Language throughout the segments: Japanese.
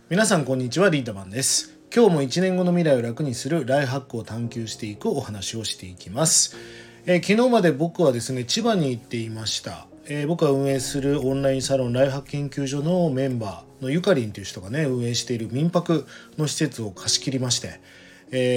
皆さんこんにちは、リーダマンです。今日も1年後の未来を楽にするライフハックを探求していくお話をしていきます。昨日まで僕はですね、千葉に行っていました。僕が運営するオンラインサロンライフハック研究所のメンバーのゆかりんという人がね、運営している民泊の施設を貸し切りまして、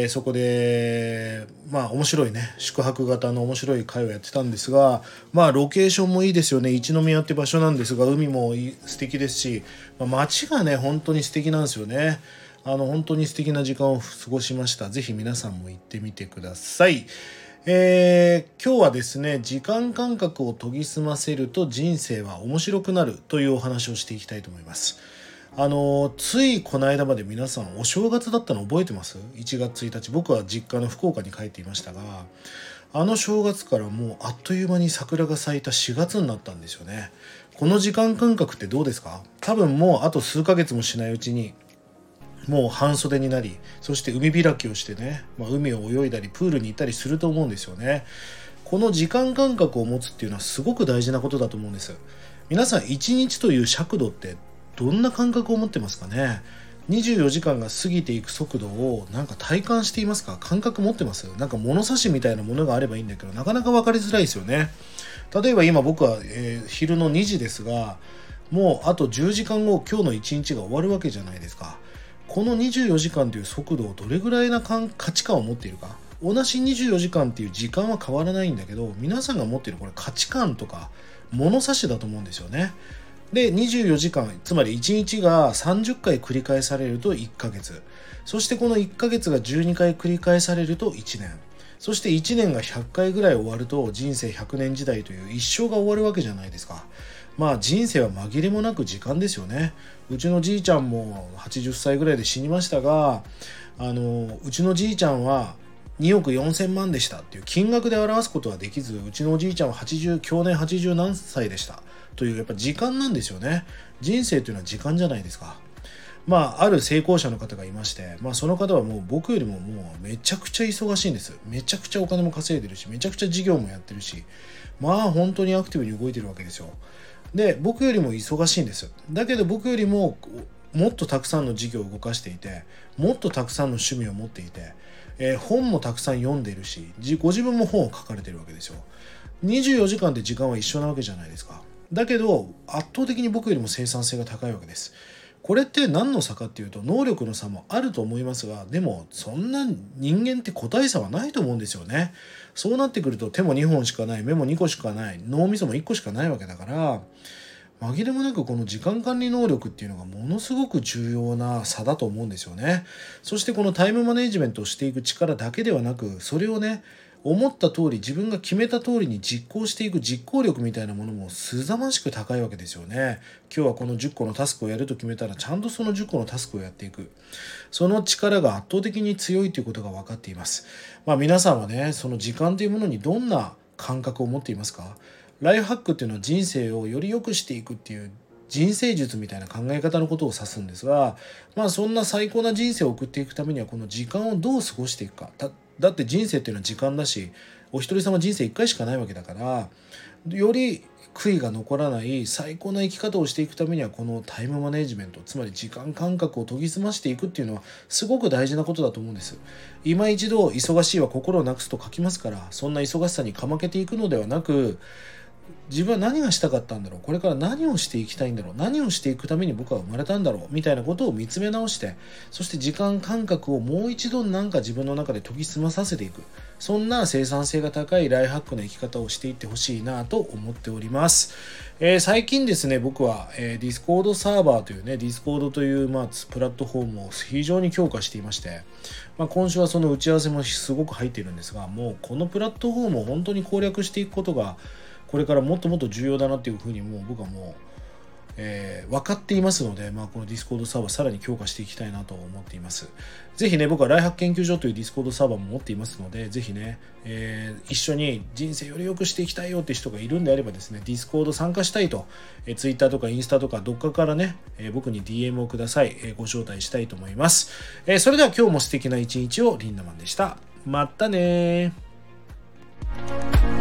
そこで面白いね、宿泊型の面白い会をやってたんですが、ロケーションもいいですよね。一宮って場所なんですが、海も素敵ですし、街がね本当に素敵なんですよね。本当に素敵な時間を過ごしました。ぜひ皆さんも行ってみてください。今日はですね、時間感覚を研ぎ澄ませると人生は面白くなるというお話をしていきたいと思います。ついこの間まで皆さんお正月だったの覚えてます？ 1 月1日、僕は実家の福岡に帰っていましたが、正月からもうあっという間に桜が咲いた4月になったんですよね。この時間感覚ってどうですか？多分もうあと数ヶ月もしないうちにもう半袖になり、そして海開きをしてね、海を泳いだりプールに行ったりすると思うんですよね。この時間感覚を持つっていうのはすごく大事なことだと思うんです。皆さん1日という尺度ってどんな感覚を持ってますかね。24時間が過ぎていく速度をなんか体感していますか？感覚持ってます？なんか物差しみたいなものがあればいいんだけど、なかなか分かりづらいですよね。例えば今僕は、昼の2時ですが、もうあと10時間後今日の1日が終わるわけじゃないですか。この24時間という速度をどれぐらいな価値観を持っているか。同じ24時間っていう時間は変わらないんだけど、皆さんが持っているこれ価値観とか物差しだと思うんですよね。で、24時間、つまり1日が30回繰り返されると1ヶ月。そしてこの1ヶ月が12回繰り返されると1年。そして1年が100回ぐらい終わると人生100年時代という一生が終わるわけじゃないですか。人生は紛れもなく時間ですよね。うちのじいちゃんも80歳ぐらいで死にましたが、うちのじいちゃんは2億4000万でしたっていう金額で表すことはできず、うちのおじいちゃんは去年80何歳でしたという、やっぱ時間なんですよね。人生というのは時間じゃないですか。ある成功者の方がいまして、その方はもう僕よりももうめちゃくちゃ忙しいんです。めちゃくちゃお金も稼いでるし、めちゃくちゃ事業もやってるし、本当にアクティブに動いてるわけですよ。で、僕よりも忙しいんです。だけど僕よりももっとたくさんの事業を動かしていて、もっとたくさんの趣味を持っていて、本もたくさん読んでいるし、ご自分も本を書かれているわけですよ。24時間で時間は一緒なわけじゃないですか。だけど圧倒的に僕よりも生産性が高いわけです。これって何の差かっていうと、能力の差もあると思いますが、でもそんな人間って個体差はないと思うんですよね。そうなってくると手も2本しかない、目も2個しかない、脳みそも1個しかないわけだから、紛れもなくこの時間管理能力っていうのがものすごく重要な差だと思うんですよね。そしてこのタイムマネジメントをしていく力だけではなく、それをね、思った通り、自分が決めた通りに実行していく実行力みたいなものもすざましく高いわけですよね。今日はこの10個のタスクをやると決めたら、ちゃんとその10個のタスクをやっていく。その力が圧倒的に強いということが分かっています。皆さんはね、その時間というものにどんな感覚を持っていますか？ライフハックっていうのは人生をより良くしていくっていう人生術みたいな考え方のことを指すんですが、そんな最高な人生を送っていくためには、この時間をどう過ごしていくか。だって人生っていうのは時間だし、お一人様人生1回しかないわけだから、より悔いが残らない最高な生き方をしていくためには、このタイムマネジメント、つまり時間感覚を研ぎ澄ましていくっていうのはすごく大事なことだと思うんです。今一度忙しいは心をなくすと書きますから、そんな忙しさにかまけていくのではなく、自分は何がしたかったんだろう、これから何をしていきたいんだろう、何をしていくために僕は生まれたんだろうみたいなことを見つめ直して、そして時間感覚をもう一度自分の中で研ぎ澄まさせていく、そんな生産性が高いライフハックの生き方をしていってほしいなと思っております。最近ですね、僕は、Discord サーバーというね、Discord という、プラットフォームを非常に強化していまして、今週はその打ち合わせもすごく入っているんですが、もうこのプラットフォームを本当に攻略していくことがこれからもっともっと重要だなっていうふうに僕は分かっていますので、この Discord サーバーさらに強化していきたいなと思っています。ぜひね、僕はライフハック研究所という Discord サーバーも持っていますので、ぜひね、一緒に人生より良くしていきたいよって人がいるんであればですね、Discord 参加したいと、Twitter とかインスタとかどっかからね、僕に DM をください。ご招待したいと思います。それでは今日も素敵な一日を。リンダマンでした。またねー。